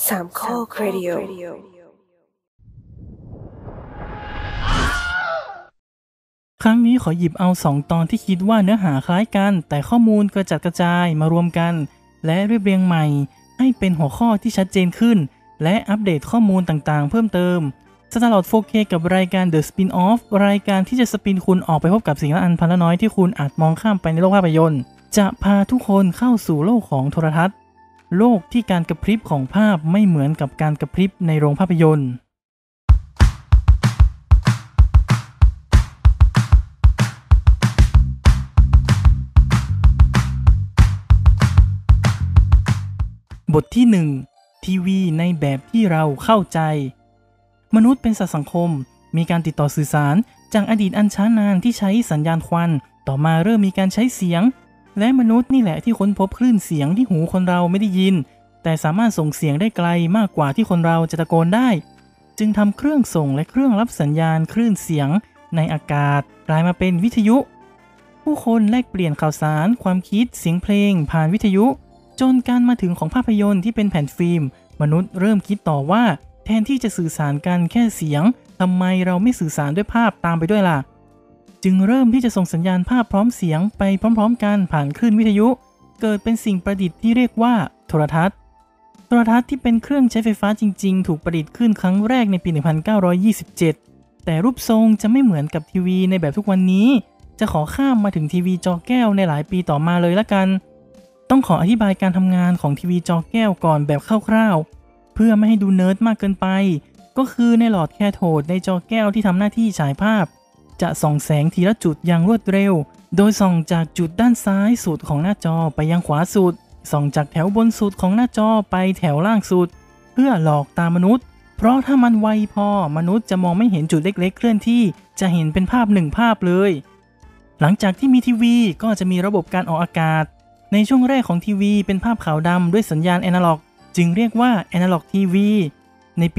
สามข้อครดิโอครั้งนี้ขอหยิบเอา2ตอนที่คิดว่าเนื้อหาคล้ายกันแต่ข้อมูลกระจัดกระจายมารวมกันและเรียบเรียงใหม่ให้เป็นหัวข้อที่ชัดเจนขึ้นและอัปเดตข้อมูลต่างๆเพิ่มเติมตลอด 4K กับรายการ The Spin-off รายการที่จะสปินคุณออกไปพบกับสิ่งละอันพันละน้อยที่คุณอาจมองข้ามไปในโลกภาพยนตร์จะพาทุกคนเข้าสู่โลกของโทรทัศน์โลกที่การกระพริบของภาพไม่เหมือนกับการกระพริบในโรงภาพยนตร์บทที่ 1 ทีวีในแบบที่เราเข้าใจมนุษย์เป็นสัตว์สังคมมีการติดต่อสื่อสารจากอดีตอันช้านานที่ใช้สัญญาณควันต่อมาเริ่มมีการใช้เสียงและมนุษย์นี่แหละที่ค้นพบคลื่นเสียงที่หูคนเราไม่ได้ยินแต่สามารถส่งเสียงได้ไกลมากกว่าที่คนเราจะตะโกนได้จึงทำเครื่องส่งและเครื่องรับสัญญาณคลื่นเสียงในอากาศกลายมาเป็นวิทยุผู้คนแลกเปลี่ยนข่าวสารความคิดเสียงเพลงผ่านวิทยุจนการมาถึงของภาพยนตร์ที่เป็นแผ่นฟิล์มมนุษย์เริ่มคิดต่อว่าแทนที่จะสื่อสารกันแค่เสียงทำไมเราไม่สื่อสารด้วยภาพตามไปด้วยล่ะจึงเริ่มที่จะส่งสัญญาณภาพพร้อมเสียงไปพร้อมๆกันผ่านคลื่นวิทยุเกิดเป็นสิ่งประดิษฐ์ที่เรียกว่าโทรทัศน์ที่เป็นเครื่องใช้ไฟฟ้าจริงๆถูกประดิษฐ์ขึ้นครั้งแรกในปี 1927 แต่รูปทรงจะไม่เหมือนกับทีวีในแบบทุกวันนี้จะขอข้ามมาถึงทีวีจอแก้วในหลายปีต่อมาเลยละกันต้องขออธิบายการทำงานของทีวีจอแก้วก่อนแบบคร่าวๆเพื่อไม่ให้ดูเนิร์ดมากเกินไปก็คือในหลอดแคโทดในจอแก้วที่ทำหน้าที่ฉายภาพจะส่องแสงทีละจุดอย่างรวดเร็วโดยส่องจากจุดด้านซ้ายสุดของหน้าจอไปยังขวาสุดส่องจากแถวบนสุดของหน้าจอไปแถวล่างสุดเพื่อหลอกตามนุษย์เพราะถ้ามันไวพอมนุษย์จะมองไม่เห็นจุดเล็กๆเคลื่อนที่จะเห็นเป็นภาพหนึ่งภาพเลยหลังจากที่มีทีวีก็จะมีระบบการออกอากาศในช่วงแรกของทีวีเป็นภาพขาวดำด้วยสัญญาณแอนะล็อกจึงเรียกว่าแอนะล็อกทีวีในปี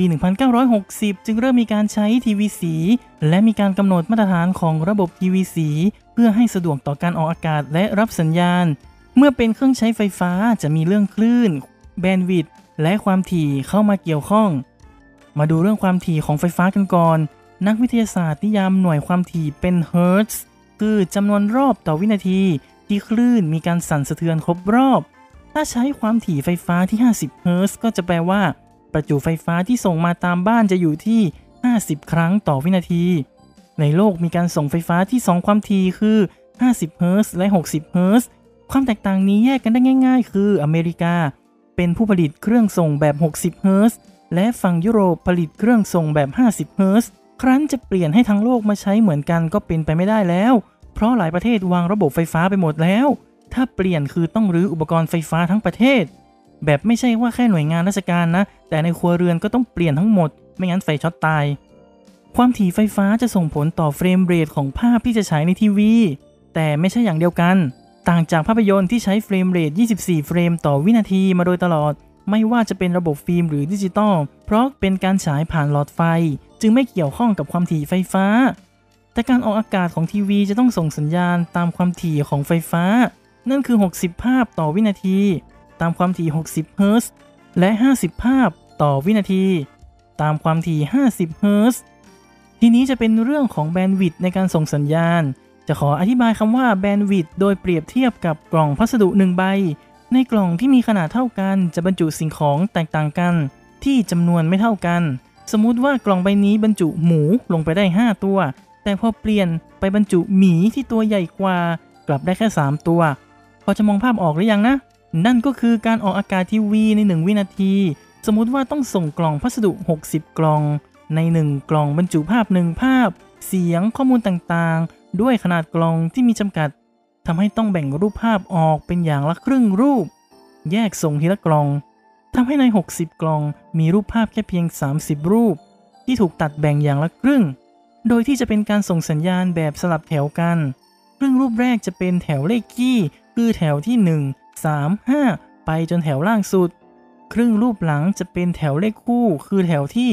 1960 จึงเริ่มมีการใช้ทีวีสีและมีการกำหนดมาตรฐานของระบบทีวีสีเพื่อให้สะดวกต่อการออกอากาศและรับสัญญาณเมื่อเป็นเครื่องใช้ไฟฟ้าจะมีเรื่องคลื่นแบนด์วิดต์และความถี่เข้ามาเกี่ยวข้องมาดูเรื่องความถี่ของไฟฟ้ากันก่อนนักวิทยาศาสตร์นิยามหน่วยความถี่เป็นเฮิร์ตซ์คือจำนวนรอบต่อวินาทีที่คลื่นมีการสั่นสะเทือนครบรอบถ้าใช้ความถี่ไฟฟ้าที่50เฮิร์ตซ์ก็จะแปลว่าประจุไฟฟ้าที่ส่งมาตามบ้านจะอยู่ที่50ครั้งต่อวินาทีในโลกมีการส่งไฟฟ้าที่2ความถี่คือ50เฮิร์ตซ์และ60เฮิร์ตซ์ความแตกต่างนี้แยกกันได้ง่ายๆคืออเมริกาเป็นผู้ผลิตเครื่องส่งแบบ60เฮิร์ตซ์และฝั่งยุโรปผลิตเครื่องส่งแบบ50เฮิร์ตซ์ครั้นจะเปลี่ยนให้ทั้งโลกมาใช้เหมือนกันก็เป็นไปไม่ได้แล้วเพราะหลายประเทศวางระบบไฟฟ้าไปหมดแล้วถ้าเปลี่ยนคือต้องรื้ออุปกรณ์ไฟฟ้าทั้งประเทศแบบไม่ใช่ว่าแค่หน่วยงานราชการนะแต่ในครัวเรือนก็ต้องเปลี่ยนทั้งหมดไม่งั้นไฟช็อตตายความถี่ไฟฟ้าจะส่งผลต่อเฟรมเรทของภาพที่จะฉายในทีวีแต่ไม่ใช่อย่างเดียวกันต่างจากภาพยนตร์ที่ใช้เฟรมเรท24เฟรมต่อวินาทีมาโดยตลอดไม่ว่าจะเป็นระบบฟิล์มหรือดิจิตอลเพราะเป็นการฉายผ่านหลอดไฟจึงไม่เกี่ยวข้องกับความถี่ไฟฟ้าแต่การออกอากาศของทีวีจะต้องส่งสัญญาณตามความถี่ของไฟฟ้านั่นคือ60ภาพต่อวินาทีตามความถี่60เฮิร์ตซ์และ50ภาพต่อวินาทีตามความถี่50เฮิร์ตซ์ทีนี้จะเป็นเรื่องของแบนด์วิดต์ในการส่งสัญญาณจะขออธิบายคำว่าแบนด์วิดต์โดยเปรียบเทียบกับกล่องพัสดุ1ใบในกล่องที่มีขนาดเท่ากันจะบรรจุสิ่งของแตกต่างกันที่จำนวนไม่เท่ากันสมมุติว่ากล่องใบนี้บรรจุหมูลงไปได้5ตัวแต่พอเปลี่ยนไปบรรจุหมีที่ตัวใหญ่กว่ากลับได้แค่3ตัวพอจะมองภาพออกหรือยังนะนั่นก็คือการออกอากาศทีวีใน1วินาทีสมมุติว่าต้องส่งกล่องพัสดุ60กล่องใน1กล่องบรรจุภาพ1ภาพเสียงข้อมูลต่างๆด้วยขนาดกล่องที่มีจำกัดทำให้ต้องแบ่งรูปภาพออกเป็นอย่างละครึ่งรูปแยกส่งทีละกล่องทำให้ใน60กล่องมีรูปภาพแค่เพียง30รูปที่ถูกตัดแบ่งอย่างละครึ่งโดยที่จะเป็นการส่งสัญญาณแบบสลับแถวกันครึ่งรูปแรกจะเป็นแถวเลขคี่คือแถวที่1 3 5ไปจนแถวล่างสุดครึ่งรูปหลังจะเป็นแถวเลขคู่คือแถวที่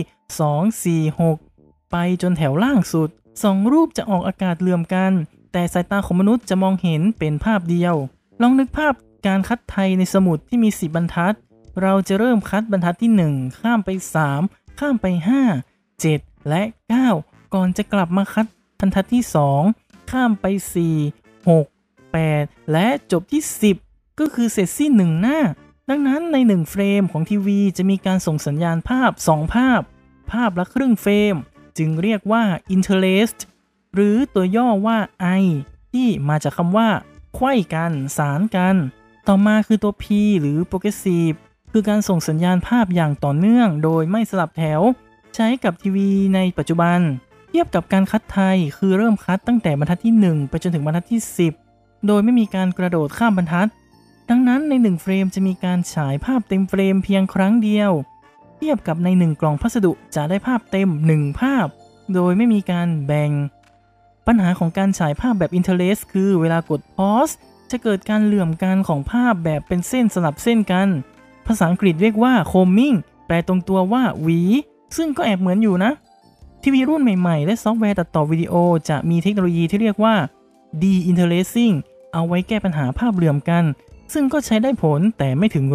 2 4 6ไปจนแถวล่างสุด2รูปจะออกอากาศเหลื่อมกันแต่สายตาของมนุษย์จะมองเห็นเป็นภาพเดียวลองนึกภาพการคัดไทยในสมุดที่มี10บรรทัดเราจะเริ่มคัดบรรทัดที่1ข้ามไป3ข้ามไป5 7และ9ก่อนจะกลับมาคัดบรรทัดที่2ข้ามไป4 6 8และจบที่10ก็คือเสร็จสิ้น1หน้าดังนั้นใน1เฟรมของทีวีจะมีการส่งสัญญาณภาพ2ภาพภาพละครึ่งเฟรมจึงเรียกว่า interlaced หรือตัวย่อว่า I ที่มาจากคำว่าไขว้กันสานกันต่อมาคือตัว P หรือ progressive คือการส่งสัญญาณภาพอย่างต่อเนื่องโดยไม่สลับแถวใช้กับทีวีในปัจจุบันเทียบกับการคัดไทยคือเริ่มคัดตั้งแต่บรรทัดที่1ไปจนถึงบรรทัดที่10โดยไม่มีการกระโดดข้ามบรรทัดดังนั้นใน1เฟรมจะมีการฉายภาพเต็มเฟรมเพียงครั้งเดียวเทียบกับใน1กล่องพัสดุจะได้ภาพเต็ม1ภาพโดยไม่มีการแบ่งปัญหาของการฉายภาพแบบ interlace คือเวลากด pause จะเกิดการเหลื่อมกันของภาพแบบเป็นเส้นสลับเส้นกันภาษาอังกฤษเรียกว่า combing แปลตรงตัวว่าหวีซึ่งก็แอบเหมือนอยู่นะทีวีรุ่นใหม่ๆและซอฟต์แวร์ตัดต่อวิดีโอจะมีเทคโนโลยีที่เรียกว่า de-interlacing เอาไว้แก้ปัญหาภาพเหลื่อมกันซึ่งก็ใช้ได้ผลแต่ไม่ถึง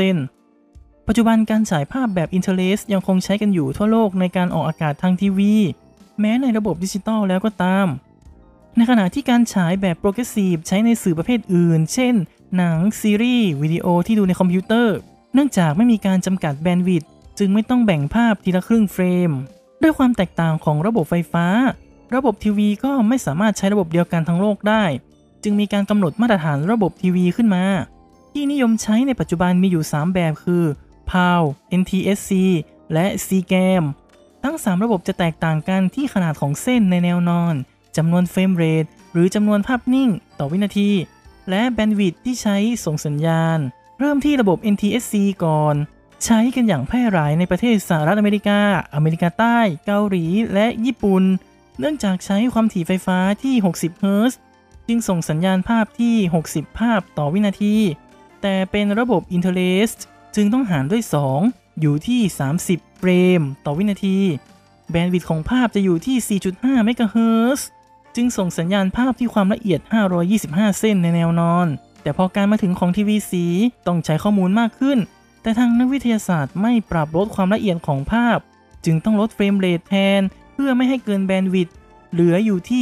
100%ปัจจุบันการฉายภาพแบบ interlace ยังคงใช้กันอยู่ทั่วโลกในการออกอากาศทางทีวีแม้ในระบบดิจิตอลแล้วก็ตามในขณะที่การฉายแบบ progressive ใช้ในสื่อประเภทอื่นเช่นหนังซีรีส์วิดีโอที่ดูในคอมพิวเตอร์เนื่องจากไม่มีการจำกัดแบนด์วิดต์จึงไม่ต้องแบ่งภาพทีละครึ่งเฟรมด้วยความแตกต่างของระบบไฟฟ้าระบบทีวีก็ไม่สามารถใช้ระบบเดียวกันทั้งโลกได้จึงมีการกำหนดมาตรฐานระบบทีวีขึ้นมาที่นิยมใช้ในปัจจุบันมีอยู่3แบบคือ PAL NTSC และ CGAM ทั้ง3ระบบจะแตกต่างกันที่ขนาดของเส้นในแนวนอนจำนวนเฟรมเรทหรือจำนวนภาพนิ่งต่อวินาทีและแบนด์วิดต์ที่ใช้ส่งสัญญาณเริ่มที่ระบบ NTSC ก่อนใช้กันอย่างแพร่หลายในประเทศสหรัฐอเมริกาอเมริกาใต้เกาหลีและญี่ปุ่นเนื่องจากใช้ความถี่ไฟฟ้าที่60 เฮิรตซ์จึงส่งสัญญาณภาพที่60ภาพต่อวินาทีแต่เป็นระบบ Interlaced จึงต้องหารด้วย2อยู่ที่30เฟรมต่อวินาทีแบนด์วิดต์ของภาพจะอยู่ที่ 4.5 เมกะเฮิรตซ์จึงส่งสัญญาณภาพที่ความละเอียด525เส้นในแนวนอนแต่พอการมาถึงของทีวีสีต้องใช้ข้อมูลมากขึ้นแต่ทางนักวิทยาศาสตร์ไม่ปรับลดความละเอียดของภาพจึงต้องลดเฟรมเรทแทนเพื่อไม่ให้เกินแบนด์วิดต์เหลืออยู่ที่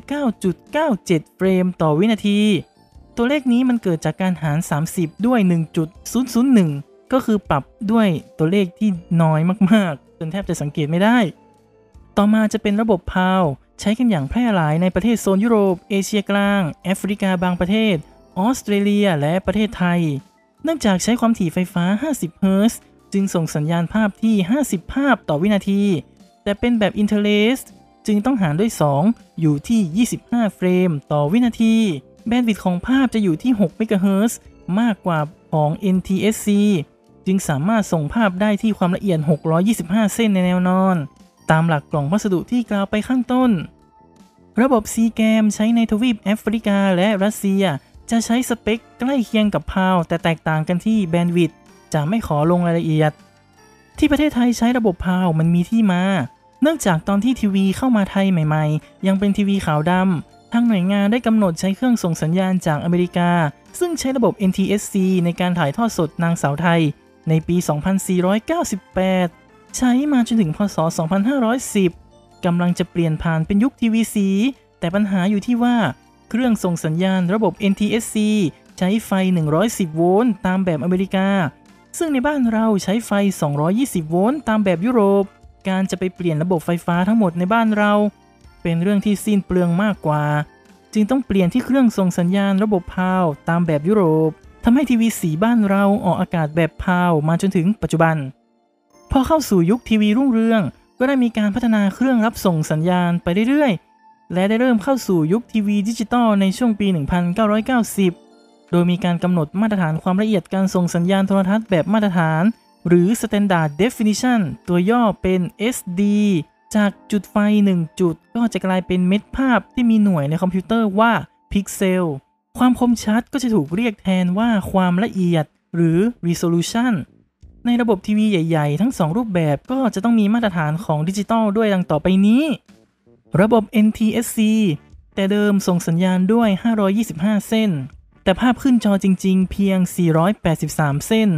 29.97 เฟรมต่อวินาทีตัวเลขนี้มันเกิดจากการหาร30ด้วย 1.001 ก็คือปรับด้วยตัวเลขที่น้อยมากๆจนแทบจะสังเกตไม่ได้ต่อมาจะเป็นระบบ PAL ใช้กันอย่างแพร่หลายในประเทศโซนยุโรปเอเชียกลางแอฟริกาบางประเทศออสเตรเลียและประเทศไทยเนื่องจากใช้ความถี่ไฟฟ้า50 เฮิรตซ์จึงส่งสัญญาณภาพที่50ภาพต่อวินาทีแต่เป็นแบบ Interlaced จึงต้องหารด้วย2อยู่ที่25เฟรมต่อวินาทีแบนด์วิดต์ของภาพจะอยู่ที่6เมกะเฮิรตซ์มากกว่าของ NTSC จึงสามารถส่งภาพได้ที่ความละเอียด625เส้นในแนวนอนตามหลักกล่องพัสดุที่กล่าวไปข้างต้นระบบ CGAM ใช้ในทวีปแอฟริกาและรัสเซียจะใช้สเปคใกล้เคียงกับ PAL แต่แตกต่างกันที่แบนด์วิดต์จะไม่ขอลงรายละเอียดที่ประเทศไทยใช้ระบบ PAL มันมีที่มาเนื่องจากตอนที่ทีวีเข้ามาไทยใหม่ๆยังเป็นทีวีขาวดำทางหน่วยงานได้กำหนดใช้เครื่องส่งสัญญาณจากอเมริกาซึ่งใช้ระบบ NTSC ในการถ่ายทอดสดนางสาวไทยในปี 2498 ใช้มาจนถึงพ.ศ. 2510 กำลังจะเปลี่ยนผ่านเป็นยุคทีวีสีแต่ปัญหาอยู่ที่ว่าเครื่องส่งสัญญาณระบบ NTSC ใช้ไฟ110โวลต์ตามแบบอเมริกาซึ่งในบ้านเราใช้ไฟ220โวลต์ตามแบบยุโรปการจะไปเปลี่ยนระบบไฟฟ้าทั้งหมดในบ้านเราเป็นเรื่องที่สิ้นเปลืองมากกว่าจึงต้องเปลี่ยนที่เครื่องส่งสัญญาณระบบ PAL ตามแบบยุโรปทำให้ทีวีสีบ้านเราออกอากาศแบบ PAL มาจนถึงปัจจุบันพอเข้าสู่ยุคทีวีรุ่งเรืองก็ได้มีการพัฒนาเครื่องรับส่งสัญญาณไปเรื่อยๆและได้เริ่มเข้าสู่ยุคทีวีดิจิตอลในช่วงปี 1990 โดยมีการกำหนดมาตรฐานความละเอียดการส่งสัญญาณโทรทัศน์แบบมาตรฐานหรือ Standard Definition ตัวย่อเป็น SD จากจุดไฟ1จุดก็จะกลายเป็นเม็ดภาพที่มีหน่วยในคอมพิวเตอร์ว่าพิกเซลความคมชัดก็จะถูกเรียกแทนว่าความละเอียดหรือ Resolution ในระบบทีวีใหญ่ๆทั้ง2รูปแบบก็จะต้องมีมาตรฐานของดิจิตอลด้วยดังต่อไปนี้ระบบ NTSC แต่เดิมส่งสัญญาณด้วย525เส้นแต่ภาพขึ้นจอจริงๆเพียง483เส้นเ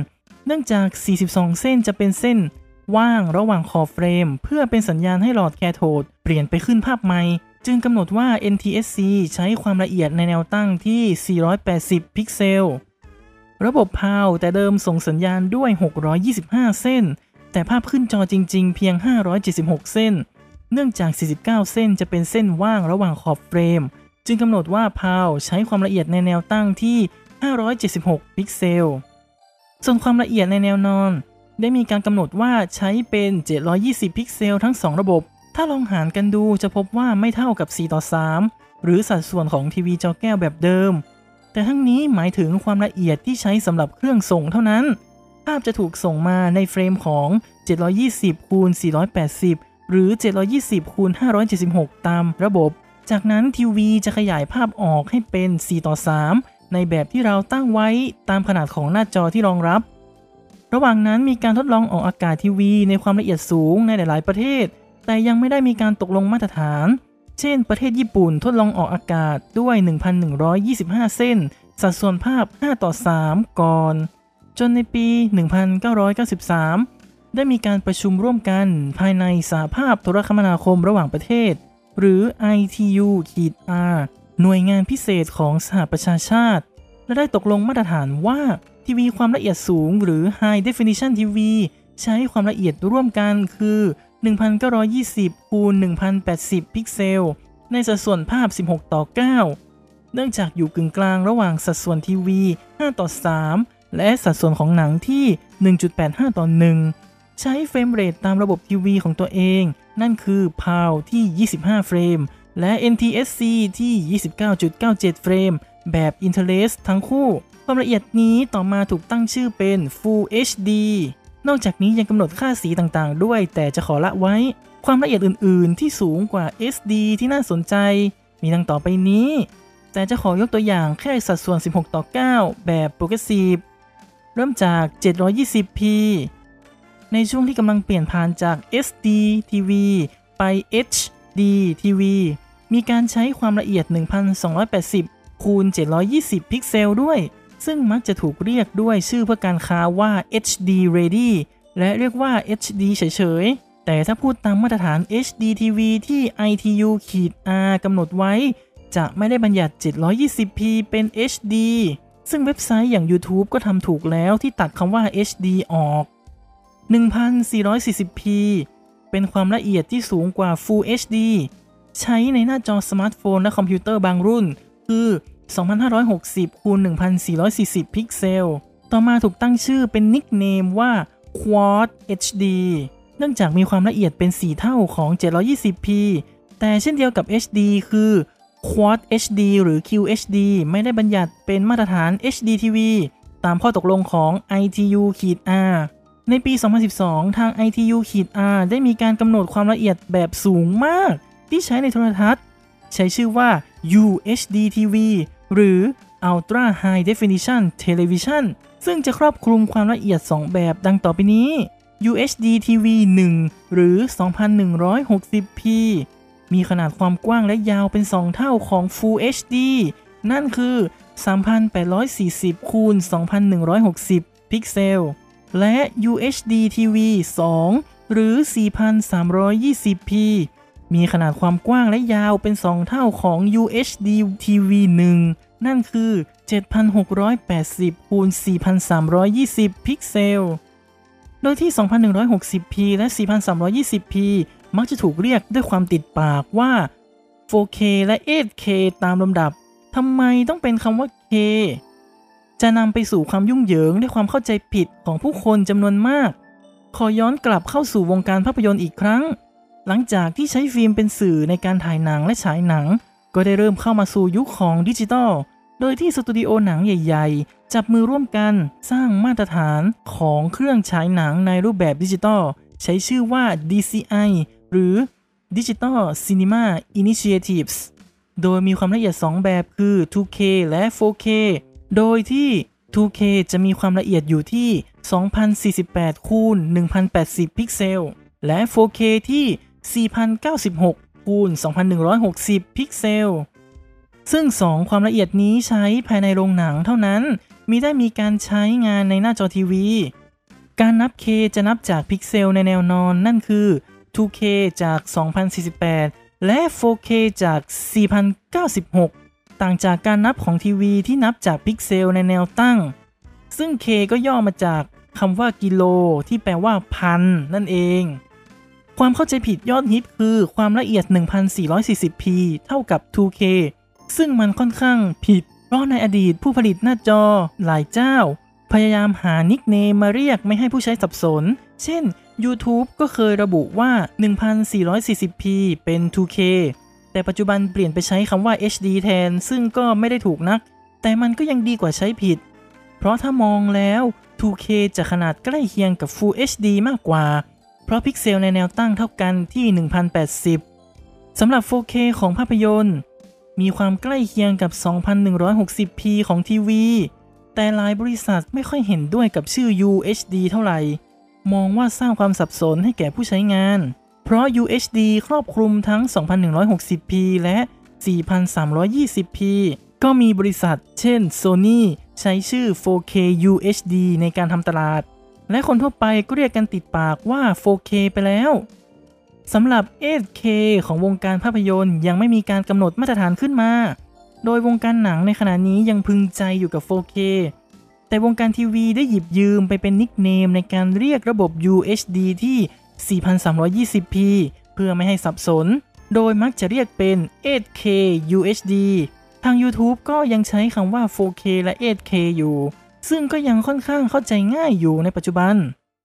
นื่องจาก 42 เส้นจะเป็นเส้นว่างระหว่างขอบเฟรมเพื่อเป็นสัญญาณให้หลอดแคโทดเปลี่ยนไปขึ้นภาพใหม่จึงกำหนดว่า NTSC ใช้ความละเอียดในแนวตั้งที่ 480 พิกเซล ระบบ PAL แต่เดิมส่งสัญญาณด้วย 625 เส้นแต่ภาพขึ้นจอจริงๆเพียง 576 เส้นเนื่องจาก 49 เส้นจะเป็นเส้นว่างระหว่างขอบเฟรมจึงกำหนดว่า PAL ใช้ความละเอียดในแนวตั้งที่ 576 พิกเซล ส่วนความละเอียดในแนวนอนได้มีการกำหนดว่าใช้เป็น 720 พิกเซลทั้ง2ระบบถ้าลองหารกันดูจะพบว่าไม่เท่ากับ 4:3 หรือสัดส่วนของทีวีจอแก้วแบบเดิมแต่ทั้งนี้หมายถึงความละเอียดที่ใช้สำหรับเครื่องส่งเท่านั้นภาพจะถูกส่งมาในเฟรมของ 720 คูณ 480 หรือ 720 คูณ 576 ตามระบบจากนั้นทีวีจะขยายภาพออกให้เป็น 4:3 ในแบบที่เราตั้งไว้ตามขนาดของหน้าจอที่รองรับระหว่างนั้นมีการทดลองออกอากาศทีวีในความละเอียดสูงในหลายๆประเทศแต่ยังไม่ได้มีการตกลงมาตรฐานเช่นประเทศญี่ปุ่นทดลองออกอากาศด้วย 1,125 เส้นสัดส่วนภาพ 5:3 ก่อนจนในปี 1993 ได้มีการประชุมร่วมกันภายในสหภาพโทรคมนาคมระหว่างประเทศหรือ ITU-R หน่วยงานพิเศษของสหประชาชาติและได้ตกลงมาตรฐานว่าทีวีความละเอียดสูงหรือ High Definition TV ใช้ความละเอียดร่วมกันคือ 1920 คูณ 1080 พิกเซลในสัดส่วนภาพ 16:9 เนื่องจากอยู่กึ่งกลางระหว่างสัดส่วนทีวี 5:3 และสัดส่วนของหนังที่ 1.85:1 ใช้เฟรมเรทตามระบบทีวีของตัวเองนั่นคือ PAL ที่ 25 เฟรมและ NTSC ที่ 29.97 เฟรมแบบ Interlace ทั้งคู่ความละเอียดนี้ต่อมาถูกตั้งชื่อเป็น Full HD นอกจากนี้ยังกำหนดค่าสีต่างๆด้วยแต่จะขอละไว้ความละเอียดอื่นๆที่สูงกว่า SD ที่น่าสนใจมีดังต่อไปนี้แต่จะขอยกตัวอย่างแค่สัดส่วน 16:9 แบบ Progressive เริ่มจาก 720p ในช่วงที่กำลังเปลี่ยนผ่านจาก SD TV ไป HD TV มีการใช้ความละเอียด 1280 คูณ 720 พิกเซลด้วยซึ่งมักจะถูกเรียกด้วยชื่อเพื่อการค้าว่า HD Ready และเรียกว่า HD เฉยๆแต่ถ้าพูดตามมาตรฐาน HD TV ที่ ITU-R กำหนดไว้จะไม่ได้บัญญัติ 720p เป็น HD ซึ่งเว็บไซต์อย่าง YouTube ก็ทำถูกแล้วที่ตัดคำว่า HD ออก 1440p เป็นความละเอียดที่สูงกว่า Full HD ใช้ในหน้าจอสมาร์ทโฟนและคอมพิวเตอร์บางรุ่นคือ 2560 คูณ 1440 พิกเซลต่อมาถูกตั้งชื่อเป็นนิกเนมว่า Quad HD เนื่องจากมีความละเอียดเป็น 4 เท่าของ 720p แต่เช่นเดียวกับ HD คือ Quad HD หรือ QHD ไม่ได้บัญญัติเป็นมาตรฐาน HD TV ตามข้อตกลงของ ITU-R ในปี 2012 ทาง ITU-R ได้มีการกำหนดความละเอียดแบบสูงมากที่ใช้ในโทรทัศน์ใช้ชื่อว่า UHD TV หรือ Ultra High Definition Television ซึ่งจะครอบคลุมความละเอียด 2 แบบดังต่อไปนี้ UHD TV 1 หรือ 2160p มีขนาดความกว้างและยาวเป็น 2 เท่าของ Full HD นั่นคือ 3840 คูณ 2160 พิกเซลและ UHD TV 2 หรือ 4320p มีขนาดความกว้างและยาวเป็น 2 เท่าของ UHD TV 1 นั่นคือ 7680 คูณ 4320 พิกเซลโดยที่ 2160p และ 4320p มักจะถูกเรียกด้วยความติดปากว่า 4K และ 8K ตามลำดับทำไมต้องเป็นคำว่า K จะนำไปสู่ความยุ่งเหยิงและความเข้าใจผิดของผู้คนจำนวนมากขอย้อนกลับเข้าสู่วงการภาพยนตร์อีกครั้งหลังจากที่ใช้ฟิล์มเป็นสื่อในการถ่ายหนังและฉายหนังก็ได้เริ่มเข้ามาสู่ยุคของดิจิตอลโดยที่สตูดิโอหนังใหญ่ๆจับมือร่วมกันสร้างมาตรฐานของเครื่องฉายหนังในรูปแบบดิจิตอลใช้ชื่อว่า DCI หรือ Digital Cinema Initiatives โดยมีความละเอียด 2 แบบคือ 2K และ 4K โดยที่ 2K จะมีความละเอียดอยู่ที่ 2048 คูณ 1080 พิกเซลและ 4K ที่ 4096 คูณ 2160 พิกเซลซึ่ง 2 ความละเอียดนี้ใช้ภายในโรงหนังเท่านั้นมิได้มีการใช้งานในหน้าจอทีวีการนับ K จะนับจากพิกเซลในแนวนอนนั่นคือ 2K จาก 2048 และ 4K จาก 4096 ต่างจากการนับของทีวีที่นับจากพิกเซลในแนวตั้งซึ่ง K ก็ย่อมาจากคำว่ากิโลที่แปลว่าพันนั่นเองความเข้าใจผิดยอดฮิตคือความละเอียด 1440p เท่ากับ 2K ซึ่งมันค่อนข้างผิดเพราะในอดีตผู้ผลิตหน้าจอหลายเจ้าพยายามหานิกเนมมาเรียกไม่ให้ผู้ใช้สับสนเช่น YouTube ก็เคยระบุว่า 1440p เป็น 2K แต่ปัจจุบันเปลี่ยนไปใช้คำว่า HD แทนซึ่งก็ไม่ได้ถูกนักแต่มันก็ยังดีกว่าใช้ผิดเพราะถ้ามองแล้ว 2K จะขนาดใกล้เคียงกับ Full HD มากกว่าเพราะพิกเซลในแนวตั้งเท่ากันที่ 1080 สำหรับ 4K ของภาพยนตร์มีความใกล้เคียงกับ 2160p ของทีวีแต่หลายบริษัทไม่ค่อยเห็นด้วยกับชื่อ UHD เท่าไหร่มองว่าสร้างความสับสนให้แก่ผู้ใช้งานเพราะ UHD ครอบคลุมทั้ง 2160p และ 4320p ก็มีบริษัทเช่น Sony ใช้ชื่อ 4K UHD ในการทำตลาดและคนทั่วไปก็เรียกกันติดปากว่า 4K ไปแล้วสำหรับ 8K ของวงการภาพยนตร์ยังไม่มีการกำหนดมาตรฐานขึ้นมาโดยวงการหนังในขณะนี้ยังพึงใจอยู่กับ 4K แต่วงการทีวีได้หยิบยืมไปเป็นนิกเนมในการเรียกระบบ UHD ที่ 4320p เพื่อไม่ให้สับสนโดยมักจะเรียกเป็น 8K UHD ทาง YouTube ก็ยังใช้คำว่า 4K และ 8K อยู่ซึ่งก็ยังค่อนข้างเข้าใจง่ายอยู่ในปัจจุบัน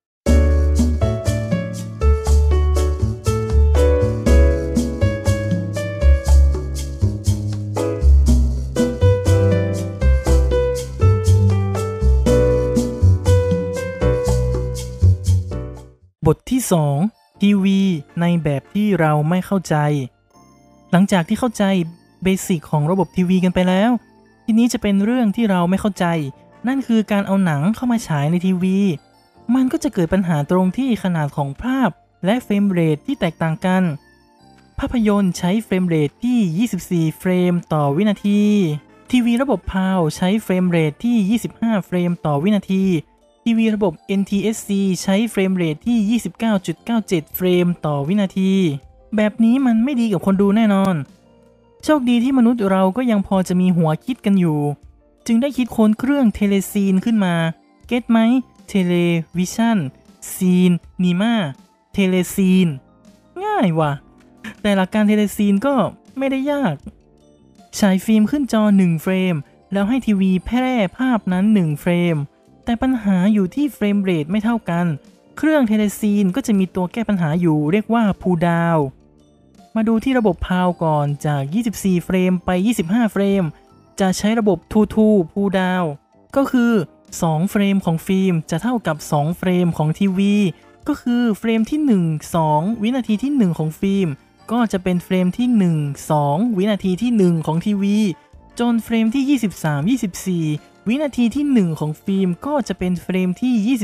บทที่ 2 ทีวีในแบบที่เราไม่เข้าใจหลังจากที่เข้าใจเบสิกของระบบทีวีกันไปแล้วทีนี้จะเป็นเรื่องที่เราไม่เข้าใจนั่นคือการเอาหนังเข้ามาฉายในทีวีมันก็จะเกิดปัญหาตรงที่ขนาดของภาพและเฟรมเรทที่แตกต่างกันภาพยนตร์ใช้เฟรมเรทที่24เฟรมต่อวินาทีทีวีระบบพาวใช้เฟรมเรทที่25เฟรมต่อวินาทีทีวีระบบ NTSC ใช้เฟรมเรทที่ 29.97 เฟรมต่อวินาทีแบบนี้มันไม่ดีกับคนดูแน่นอนโชคดีที่มนุษย์เราก็ยังพอจะมีหัวคิดกันอยู่จึงได้คิดค้นเครื่องเทเลซีนขึ้นมาเก็ตไหมเทเลวิชั่นซีนนีมาเทเลซีนง่ายว่ะแต่หลักการเทเลซีนก็ไม่ได้ยากฉายฟิล์มขึ้นจอ1เฟรมแล้วให้ทีวีแพร่ภาพนั้น1เฟรมแต่ปัญหาอยู่ที่เฟรมเรทไม่เท่ากันเครื่องเทเลซีนก็จะมีตัวแก้ปัญหาอยู่เรียกว่าพูลดาวน์มาดูที่ระบบพาวก่อนจาก24เฟรมไป25เฟรมจะใช้ระบบ 2-2 พูลดาวน์ก็คือ2เฟรมของฟิล์มจะเท่ากับ2เฟรมของทีวีก็คือเฟรมที่1 2วินาทีที่1ของฟิล์มก็จะเป็นเฟรมที่1 2วินาทีที่1ของทีวีจนเฟรมที่23 24วินาทีที่1ของฟิล์มก็จะเป็นเฟรมที่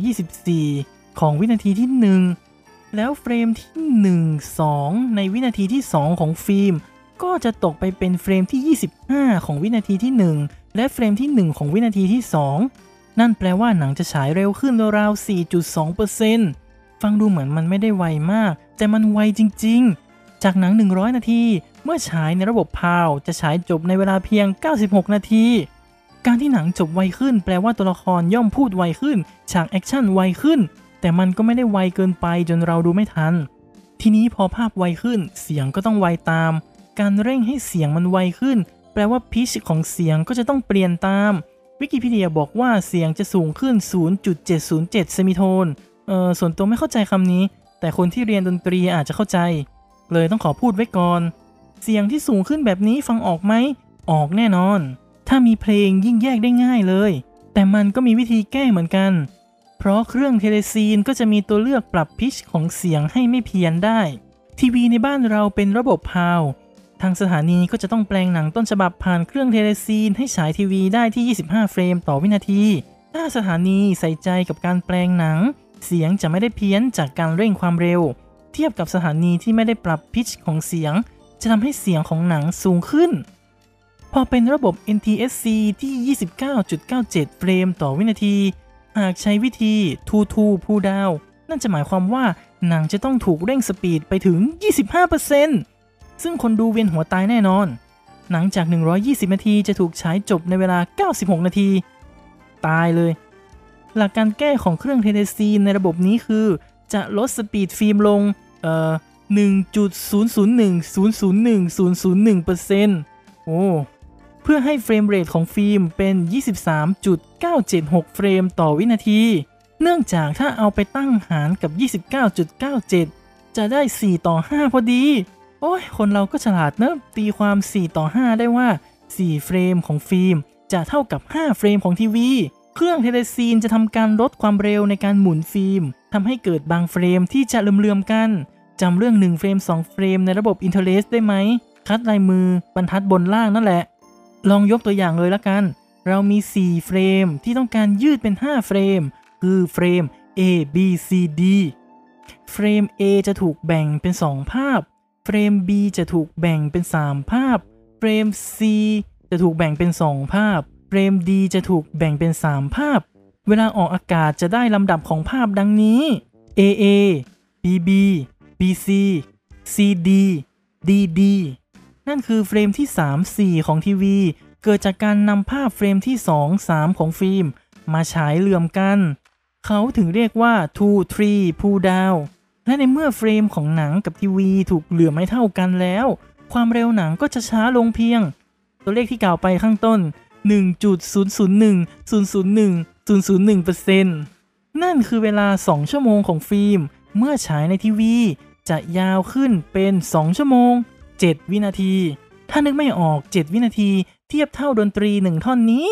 23 24ของวินาทีที่1แล้วเฟรมที่1 2ในวินาทีที่2ของฟิล์มก็จะตกไปเป็นเฟรมที่25ของวินาทีที่1และเฟรมที่1ของวินาทีที่2นั่นแปลว่าหนังจะฉายเร็วขึ้นราวๆ 4.2% ฟังดูเหมือนมันไม่ได้ไวมากแต่มันไวจริงๆจากหนัง100นาทีเมื่อฉายในระบบพาวจะฉายจบในเวลาเพียง96นาทีการที่หนังจบไวขึ้นแปลว่าตัวละครย่อมพูดไวขึ้นฉากแอคชั่นไวขึ้นแต่มันก็ไม่ได้ไวเกินไปจนเราดูไม่ทันทีนี้พอภาพไวขึ้นเสียงก็ต้องไวตามการเร่งให้เสียงมันไวขึ้นแปลว่าพิชของเสียงก็จะต้องเปลี่ยนตามวิกิพีเดียบอกว่าเสียงจะสูงขึ้น 0.707 เซมิโทนส่วนตัวไม่เข้าใจคำนี้แต่คนที่เรียนดนตรีอาจจะเข้าใจเลยต้องขอพูดไว้ก่อนเสียงที่สูงขึ้นแบบนี้ฟังออกไหมออกแน่นอนถ้ามีเพลงยิ่งแยกได้ง่ายเลยแต่มันก็มีวิธีแก้เหมือนกันเพราะเครื่องเทเลซีนก็จะมีตัวเลือกปรับพิชของเสียงให้ไม่เพี้ยนได้ทีวีในบ้านเราเป็นระบบพาวทางสถานีก็จะต้องแปลงหนังต้นฉบับผ่านเครื่องเทเลซีนให้ฉายทีวีได้ที่25เฟรมต่อวินาทีถ้าสถานีใส่ใจกับการแปลงหนังเสียงจะไม่ได้เพี้ยนจากการเร่งความเร็วเทียบกับสถานีที่ไม่ได้ปรับพิชของเสียงจะทำให้เสียงของหนังสูงขึ้นพอเป็นระบบ NTSC ที่ 29.97 เฟรมต่อวินาทีหากใช้วิธี2 pull down นั่นจะหมายความว่าหนังจะต้องถูกเร่งสปีดไปถึง 25% ซึ่งคนดูเวียนหัวตายแน่นอนหนังจาก120นาทีจะถูกฉายจบในเวลา96นาทีตายเลยหลักการแก้ของเครื่องเทเลซีนในระบบนี้คือจะลดสปีดฟิล์มลง1.001001%โอ้เพื่อให้เฟรมเรทของฟิล์มเป็น 23.976 เฟรมต่อวินาทีเนื่องจากถ้าเอาไปตั้งหารกับ 29.97 จะได้4:5พอดีโอ้ยคนเราก็ฉลาดเนอะตีความ4:5ได้ว่า4เฟรมของฟิล์มจะเท่ากับ5เฟรมของทีวีเครื่องเทเลซีนจะทำการลดความเร็วในการหมุนฟิล์มทำให้เกิดบางเฟรมที่จะเลื่อมๆกันจำเรื่อง1เฟรม2เฟรมในระบบ Interlace ได้ไหมคัดลายมือบรรทัดบนล่างนั่นแหละลองยกตัวอย่างเลยละกันเรามี4เฟรมที่ต้องการยืดเป็น5เฟรมคือเฟรม A B C D เฟรม A จะถูกแบ่งเป็น2ภาพเฟรม B จะถูกแบ่งเป็น3ภาพเฟรม C จะถูกแบ่งเป็น2ภาพเฟรม D จะถูกแบ่งเป็น3ภาพเวลาออกอากาศจะได้ลำดับของภาพดังนี้ AA BB BC CD DD นั่นคือเฟรมที่3 4ของทีวีเกิดจากการนำภาพเฟรมที่2 3ของฟิล์มมาฉายเหลื่อมกันเขาถึงเรียกว่า 2-3 pull down และในเมื่อเฟรมของหนังกับทีวีถูกเหลื่อมไม่เท่ากันแล้วความเร็วหนังก็จะช้าลงเพียงตัวเลขที่กล่าวไปข้างต้น 1.001001%นั่นคือเวลา2ชั่วโมงของฟิล์มเมื่อฉายในทีวีจะยาวขึ้นเป็น2ชั่วโมง7วินาทีถ้านึกไม่ออก7วินาทีเทียบเท่าดนตรี1ท่อนนี้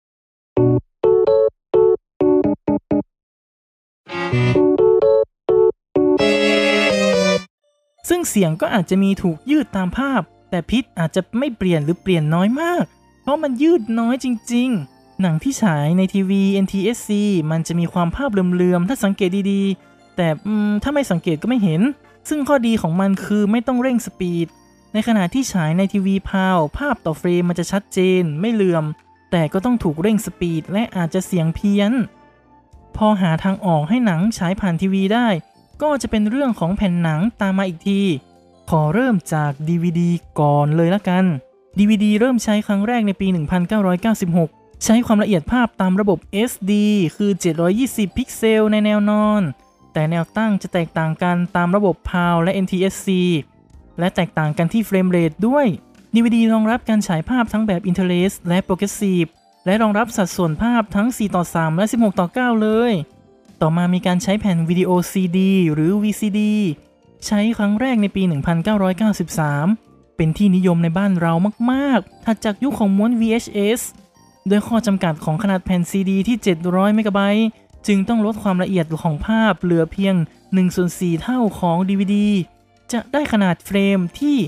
ซึ่งเสียงก็อาจจะมีถูกยืดตามภาพแต่พิษอาจจะไม่เปลี่ยนหรือเปลี่ยนน้อยมากเพราะมันยืดน้อยจริงๆหนังที่ฉายในทีวี NTSC มันจะมีความภาพเลื่อมๆถ้าสังเกตดีๆแต่ถ้าไม่สังเกตก็ไม่เห็นซึ่งข้อดีของมันคือไม่ต้องเร่งสปีดในขณะที่ฉายในทีวีพาวภาพต่อเฟรมมันจะชัดเจนไม่เหลื่อมแต่ก็ต้องถูกเร่งสปีดและอาจจะเสียงเพี้ยนพอหาทางออกให้หนังฉายผ่านทีวีได้ก็จะเป็นเรื่องของแผ่นหนังตามมาอีกทีขอเริ่มจาก DVD ก่อนเลยละกัน DVD เริ่มใช้ครั้งแรกในปี 1996 ใช้ความละเอียดภาพตามระบบ SD คือ720พิกเซลในแนวนอนแต่แนวตั้งจะแตกต่างกันตามระบบ PAL และ NTSC และแตกต่างกันที่เฟรมเรทด้วย DVD รองรับการฉายภาพทั้งแบบ Interlace และ Progressive และรองรับสัดส่วนภาพทั้ง 4:3 และ 16:9 เลยต่อมามีการใช้แผ่นวิดีโอ CD หรือ VCD ใช้ครั้งแรกในปี 1993 เป็นที่นิยมในบ้านเรามากๆถัดจากยุคของม้วน VHS โดยข้อจำกัดของขนาดแผ่น CD ที่700เมกะไบต์จึงต้องลดความละเอียดของภาพเหลือเพียง 1/4 เท่าของ DVD จะได้ขนาดเฟรมที่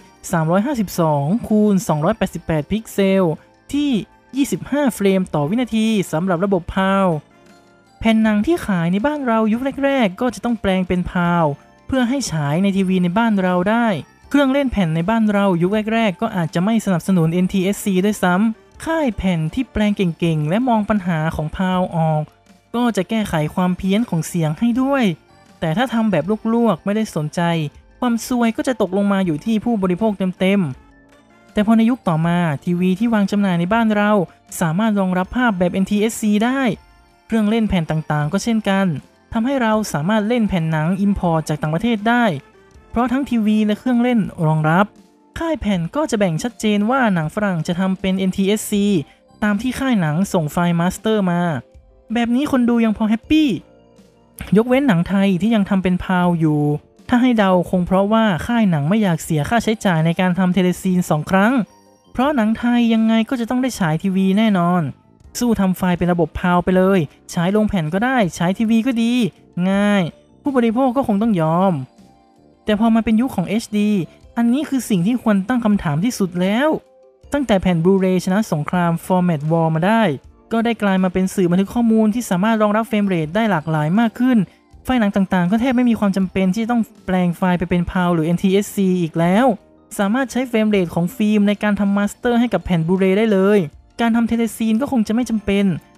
352คูณ288พิกเซลที่25เฟรมต่อวินาทีสำหรับระบบ PAL แผ่นหนังที่ขายในบ้านเรายุคแรกๆก็จะต้องแปลงเป็น PAL เพื่อให้ฉายในทีวีในบ้านเราได้เครื่องเล่นแผ่นในบ้านเรายุคแรกๆก็อาจจะไม่สนับสนุน NTSC ด้วยซ้ำค่ายแผ่นที่แปลงเก่งๆและมองปัญหาของ PAL ออกก็จะแก้ไขความเพี้ยนของเสียงให้ด้วยแต่ถ้าทำแบบลวกๆไม่ได้สนใจความซวยก็จะตกลงมาอยู่ที่ผู้บริโภคเต็มๆแต่พอในยุคต่อมาทีวีที่วางจำหน่ายในบ้านเราสามารถรองรับภาพแบบ NTSC ได้เครื่องเล่นแผ่นต่างๆก็เช่นกันทำให้เราสามารถเล่นแผ่นหนัง import จากต่างประเทศได้เพราะทั้งทีวีและเครื่องเล่นรองรับค่ายแผ่นก็จะแบ่งชัดเจนว่าหนังฝรั่งจะทำเป็น NTSC ตามที่ค่ายหนังส่งไฟล์มาสเตอร์มาแบบนี้คนดูยังพอแฮปปี้ยกเว้นหนังไทยที่ยังทำเป็นพาวอยู่ถ้าให้เดาคงเพราะว่าค่ายหนังไม่อยากเสียค่าใช้จ่ายในการทำเทเลซีน2 ครั้งเพราะหนังไทยยังไงก็จะต้องได้ฉายทีวีแน่นอนสู้ทำไฟล์เป็นระบบพาวไปเลยฉายลงแผ่นก็ได้ฉายทีวีก็ดีง่ายผู้บริโภคก็คงต้องยอมแต่พอมาเป็นยุคของ HD อันนี้คือสิ่งที่ควรตั้งคำถามที่สุดแล้วตั้งแต่แผ่นบลูเรย์ชนะสงคราม Format War มาได้ก็ได้กลายมาเป็นสื่อบันทึกข้อมูลที่สามารถรองรับเฟรมเรทได้หลากหลายมากขึ้นไฟล์หนังต่างๆก็แทบไม่มีความจำเป็นที่ต้องแปลงไฟล์ไปเป็น PAL หรือ NTSC อีกแล้วสามารถใช้เฟรมเรทของฟิล์มในการทำมาสเตอร์ให้กับแผ่นบลูเรย์ได้เลยการทำเทเลซีนก็คงจะไม่จำเป็น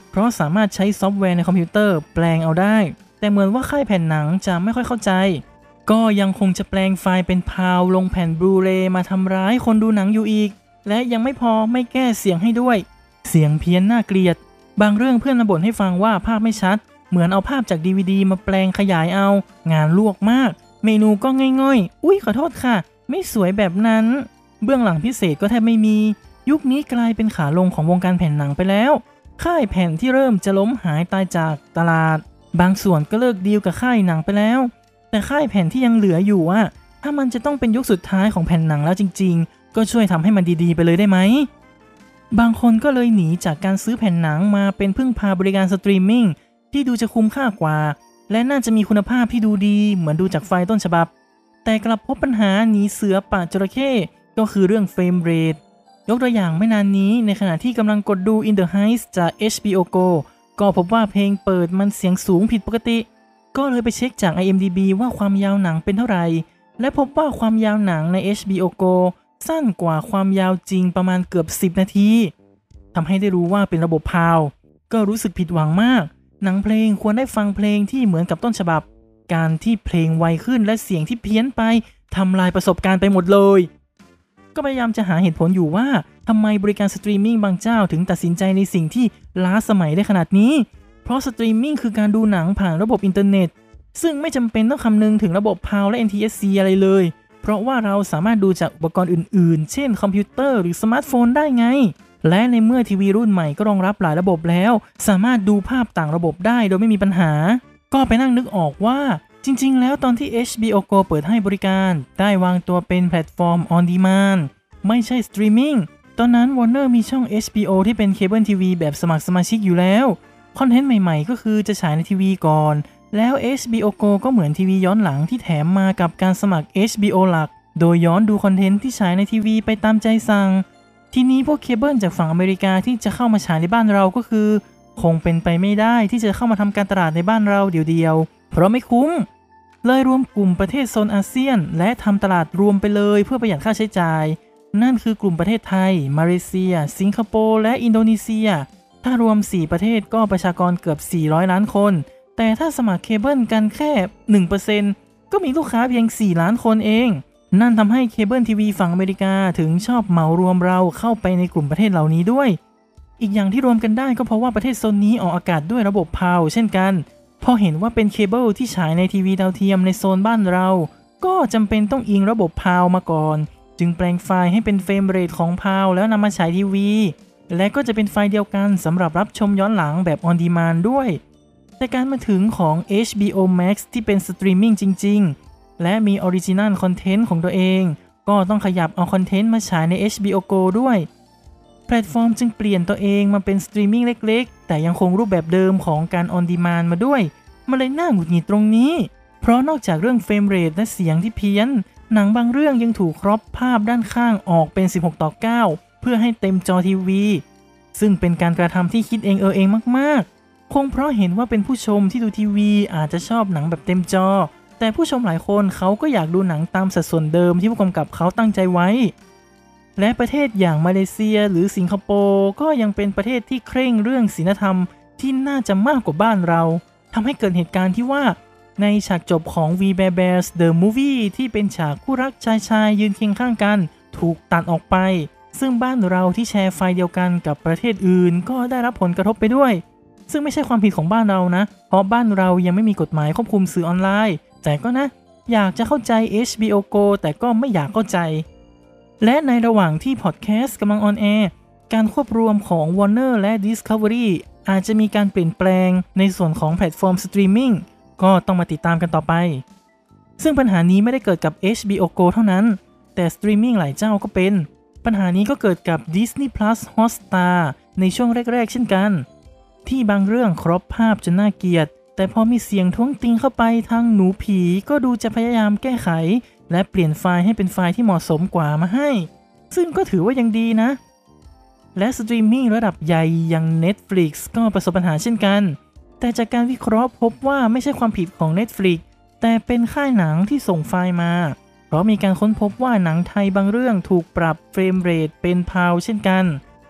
เพราะสามารถใช้ซอฟต์แวร์ในคอมพิวเตอร์แปลงเอาได้แต่เหมือนว่าค่ายแผ่นหนังจะไม่ค่อยเข้าใจก็ยังคงจะแปลงไฟล์เป็นพาวลงแผ่นบลูเรย์มาทำร้ายคนดูหนังอยู่อีกและยังไม่พอไม่แก้เสียงให้ด้วยเสียงเพี้ยนน่าเกลียดบางเรื่องเพื่อนมาบ่นให้ฟังว่าภาพไม่ชัดเหมือนเอาภาพจาก DVD มาแปลงขยายเอางานลวกมากเมนูก็ง่อยๆอุ๊ยขอโทษค่ะไม่สวยแบบนั้นเบื้องหลังพิเศษก็แทบไม่มียุคนี้กลายเป็นขาลงของวงการแผ่นหนังไปแล้วค่ายแผ่นที่เริ่มจะล้มหายตายจากตลาดบางส่วนก็เลิกดีลกับค่ายหนังไปแล้วแต่ค่ายแผ่นที่ยังเหลืออยู่อะถ้ามันจะต้องเป็นยุคสุดท้ายของแผ่นหนังแล้วจริงๆก็ช่วยทำให้มันดีๆไปเลยได้ไหมบางคนก็เลยหนีจากการซื้อแผ่นหนังมาเป็นพึ่งพาบริการสตรีมมิ่งที่ดูจะคุ้มค่ากว่าและน่าจะมีคุณภาพที่ดูดีเหมือนดูจากไฟล์ต้นฉบับแต่กลับพบปัญหาหนีเสือป่าจระเข้ก็คือเรื่องเฟรมเรทยกตัวอย่างไม่นานนี้ในขณะที่กำลังกดดู In the Heights จาก HBO Go ก็พบว่าเพลงเปิดมันเสียงสูงผิดปกติก็เลยไปเช็คจาก IMDb ว่าความยาวหนังเป็นเท่าไหร่และพบว่าความยาวหนังใน HBO Go สั้นกว่าความยาวจริงประมาณเกือบ10นาทีทำให้ได้รู้ว่าเป็นระบบพาวก็รู้สึกผิดหวังมากหนังเพลงควรได้ฟังเพลงที่เหมือนกับต้นฉบับการที่เพลงไวขึ้นและเสียงที่เพี้ยนไปทำลายประสบการณ์ไปหมดเลยก็พยายามจะหาเหตุผลอยู่ว่าทำไมบริการสตรีมมิ่งบางเจ้าถึงตัดสินใจในสิ่งที่ล้าสมัยได้ขนาดนี้เพราะสตรีมมิ่งคือการดูหนังผ่านระบบอินเทอร์เน็ตซึ่งไม่จำเป็นต้องคำนึงถึงระบบ PAL และ NTSC อะไรเลยเพราะว่าเราสามารถดูจากอุปกรณ์อื่นๆเช่นคอมพิวเตอร์หรือสมาร์ทโฟนได้ไงและในเมื่อทีวีรุ่นใหม่ก็รองรับหลายระบบแล้วสามารถดูภาพต่างระบบได้โดยไม่มีปัญหาก็ไปนั่งนึกออกว่าจริงๆแล้วตอนที่ HBO Go เปิดให้บริการได้วางตัวเป็นแพลตฟอร์ม On Demand ไม่ใช่สตรีมมิ่งตอนนั้น Warner มีช่อง HBO ที่เป็นเคเบิลทีวีแบบสมัครสมาชิกอยู่แล้วคอนเทนต์ใหม่ๆก็คือจะฉายในทีวีก่อนแล้ว HBO Go ก็เหมือนทีวีย้อนหลังที่แถมมากับการสมัคร HBO หลักโดยย้อนดูคอนเทนต์ที่ฉายในทีวีไปตามใจสั่งทีนี้พวกเคเบิลจากฝั่งอเมริกาที่จะเข้ามาฉายในบ้านเราก็คือคงเป็นไปไม่ได้ที่จะเข้ามาทำการตลาดในบ้านเราเดียวๆเพราะไม่คุ้มเลยรวมกลุ่มประเทศโซนอาเซียนและทำตลาดรวมไปเลยเพื่อประหยัดค่าใช้จ่ายนั่นคือกลุ่มประเทศไทยมาเลเซียสิงคโปร์และอินโดนีเซียถ้ารวม4ประเทศก็ประชากรเกือบ400ล้านคนแต่ถ้าสมัครเคเบิลกันแค่ 1% ก็มีลูกค้าเพียง4ล้านคนเองนั่นทำให้เคเบิลทีวีฝั่งอเมริกาถึงชอบเหมารวมเราเข้าไปในกลุ่มประเทศเหล่านี้ด้วยอีกอย่างที่รวมกันได้ก็เพราะว่าประเทศโซนนี้ออกอากาศด้วยระบบพาวเช่นกันพอเห็นว่าเป็นเคเบิลที่ฉายในทีวีดาวเทียมในโซนบ้านเราก็จำเป็นต้องอิงระบบพาวมาก่อนจึงแปลงไฟล์ให้เป็นเฟรมเรทของพาวแล้วนำมาฉายทีวีและก็จะเป็นไฟล์เดียวกันสำหรับรับชมย้อนหลังแบบ On Demand ด้วยแต่การมาถึงของ HBO Max ที่เป็นสตรีมมิ่งจริงๆและมีออริจินัลคอนเทนต์ของตัวเองก็ต้องขยับเอาคอนเทนต์มาฉายใน HBO Go ด้วยแพลตฟอร์มจึงเปลี่ยนตัวเองมาเป็นสตรีมมิ่งเล็กๆแต่ยังคงรูปแบบเดิมของการ On Demand มาด้วยมันเลยน่าหงุดหงิดตรงนี้เพราะนอกจากเรื่องเฟรมเรทและเสียงที่เพี้ยนหนังบางเรื่องยังถูกครอปภาพด้านข้างออกเป็น 16:9 เพื่อให้เต็มจอทีวีซึ่งเป็นการกระทำที่คิดเองมากๆคงเพราะเห็นว่าเป็นผู้ชมที่ดูทีวีอาจจะชอบหนังแบบเต็มจอแต่ผู้ชมหลายคนเขาก็อยากดูหนังตามสัดส่วนเดิมที่ผู้กำกับเขาตั้งใจไว้และประเทศอย่างมาเลเซียหรือสิงคโปร์ก็ยังเป็นประเทศที่เคร่งเรื่องศีลธรรมที่น่าจะมากกว่าบ้านเราทำให้เกิดเหตุการณ์ที่ว่าในฉากจบของ We Bare Bears The Movie ที่เป็นฉากคู่รักชายยืนเคียงข้างกันถูกตัดออกไปซึ่งบ้านเราที่แชร์ไฟล์เดียวกันกับประเทศอื่นก็ได้รับผลกระทบไปด้วยซึ่งไม่ใช่ความผิดของบ้านเรานะเพราะบ้านเรายังไม่มีกฎหมายควบคุมสื่อออนไลน์แต่ก็นะอยากจะเข้าใจ HBO Go แต่ก็ไม่อยากเข้าใจและในระหว่างที่พอดแคสต์กำลังออนแอร์การควบรวมของ Warner และ Discovery อาจจะมีการเปลี่ยนแปลงในส่วนของแพลตฟอร์มสตรีมมิ่งก็ต้องมาติดตามกันต่อไปซึ่งปัญหานี้ไม่ได้เกิดกับ HBO Go เท่านั้นแต่สตรีมมิ่งหลายเจ้าก็เป็นปัญหานี้ก็เกิดกับ Disney Plus Hotstar ในช่วงแรกๆเช่นกันที่บางเรื่องครบภาพจนน่าเกลียดแต่พอมีเสียงท้วงติงเข้าไปทางหนูผีก็ดูจะพยายามแก้ไขและเปลี่ยนไฟล์ให้เป็นไฟล์ที่เหมาะสมกว่ามาให้ซึ่งก็ถือว่ายังดีนะและสตรีมมิ่งระดับใหญ่อย่าง Netflix ก็ประสบปัญหาเช่นกันแต่จากการวิเคราะห์พบว่าไม่ใช่ความผิดของ Netflix แต่เป็นค่ายหนังที่ส่งไฟล์มาเพราะมีการค้นพบว่าหนังไทยบางเรื่องถูกปรับเฟรมเรทเป็นพาวเช่นกัน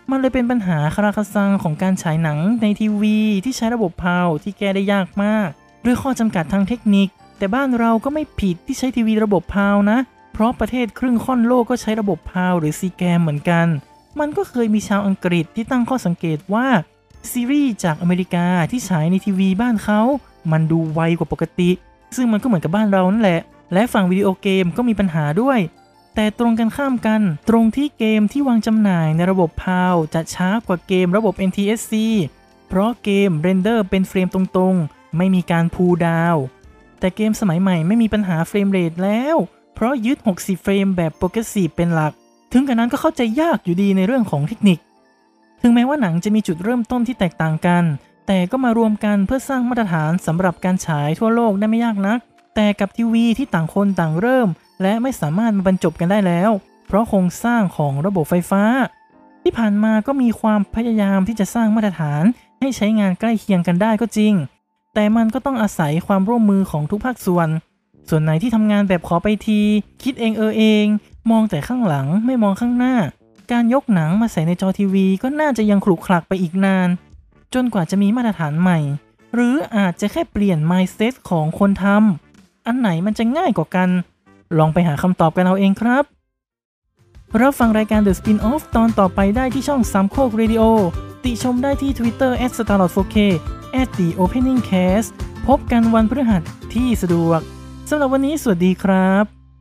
มันเลยเป็นปัญหาคาราคาซังของการฉายหนังในทีวีที่ใช้ระบบพาวที่แก้ได้ยากมากด้วยข้อจำกัดทางเทคนิคแต่บ้านเราก็ไม่ผิดที่ใช้ทีวีระบบพาวนะเพราะประเทศครึ่งค่อนโลกก็ใช้ระบบพาวหรือซีแกมเหมือนกันมันก็เคยมีชาวอังกฤษที่ตั้งข้อสังเกตว่าซีรีส์จากอเมริกาที่ฉายในทีวีบ้านเขามันดูไวกว่าปกติซึ่งมันก็เหมือนกับบ้านเรานั่นแหละและฝั่งวิดีโอเกมก็มีปัญหาด้วยแต่ตรงกันข้ามกันตรงที่เกมที่วางจำหน่ายในระบบพาวจะช้ากว่าเกมระบบ NTSC เพราะเกมเรนเดอร์เป็นเฟรมตรงๆไม่มีการพูลดาวน์แต่เกมสมัยใหม่ไม่มีปัญหาเฟรมเรทแล้วเพราะยึด60เฟรมแบบโปรเกรสซีฟเป็นหลักถึงกระนั้นก็เข้าใจยากอยู่ดีในเรื่องของเทคนิคถึงแม้ว่าหนังจะมีจุดเริ่มต้นที่แตกต่างกันแต่ก็มารวมกันเพื่อสร้างมาตรฐานสำหรับการฉายทั่วโลกได้ไม่ยากนักแต่กับทีวีที่ต่างคนต่างเริ่มและไม่สามารถมาบรรจบกันได้แล้วเพราะโครงสร้างของระบบไฟฟ้าที่ผ่านมาก็มีความพยายามที่จะสร้างมาตรฐานให้ใช้งานใกล้เคียงกันได้ก็จริงแต่มันก็ต้องอาศัยความร่วมมือของทุกภาคส่วนไหนที่ทำงานแบบขอไปทีคิดเองเองมองแต่ข้างหลังไม่มองข้างหน้าการยกหนังมาใส่ในจอทีวีก็น่าจะยังขรุขระไปอีกนานจนกว่าจะมีมาตรฐานใหม่หรืออาจจะแค่เปลี่ยน mindset ของคนทำอันไหนมันจะง่ายกว่ากันลองไปหาคำตอบกันเอาเองครับรับฟังรายการ The Spin-off ตอนต่อไปได้ที่ช่องสามโคกเรดิโอติชมได้ที่ Twitter @starlord4k @theopeningcast พบกันวันพฤหัสที่สะดวกสำหรับวันนี้สวัสดีครับ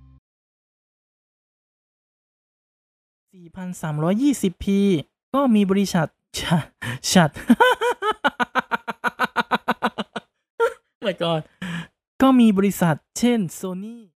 4,320p ก็มีบริษัทชัด my god ก็มีบริษัทเช่น Sony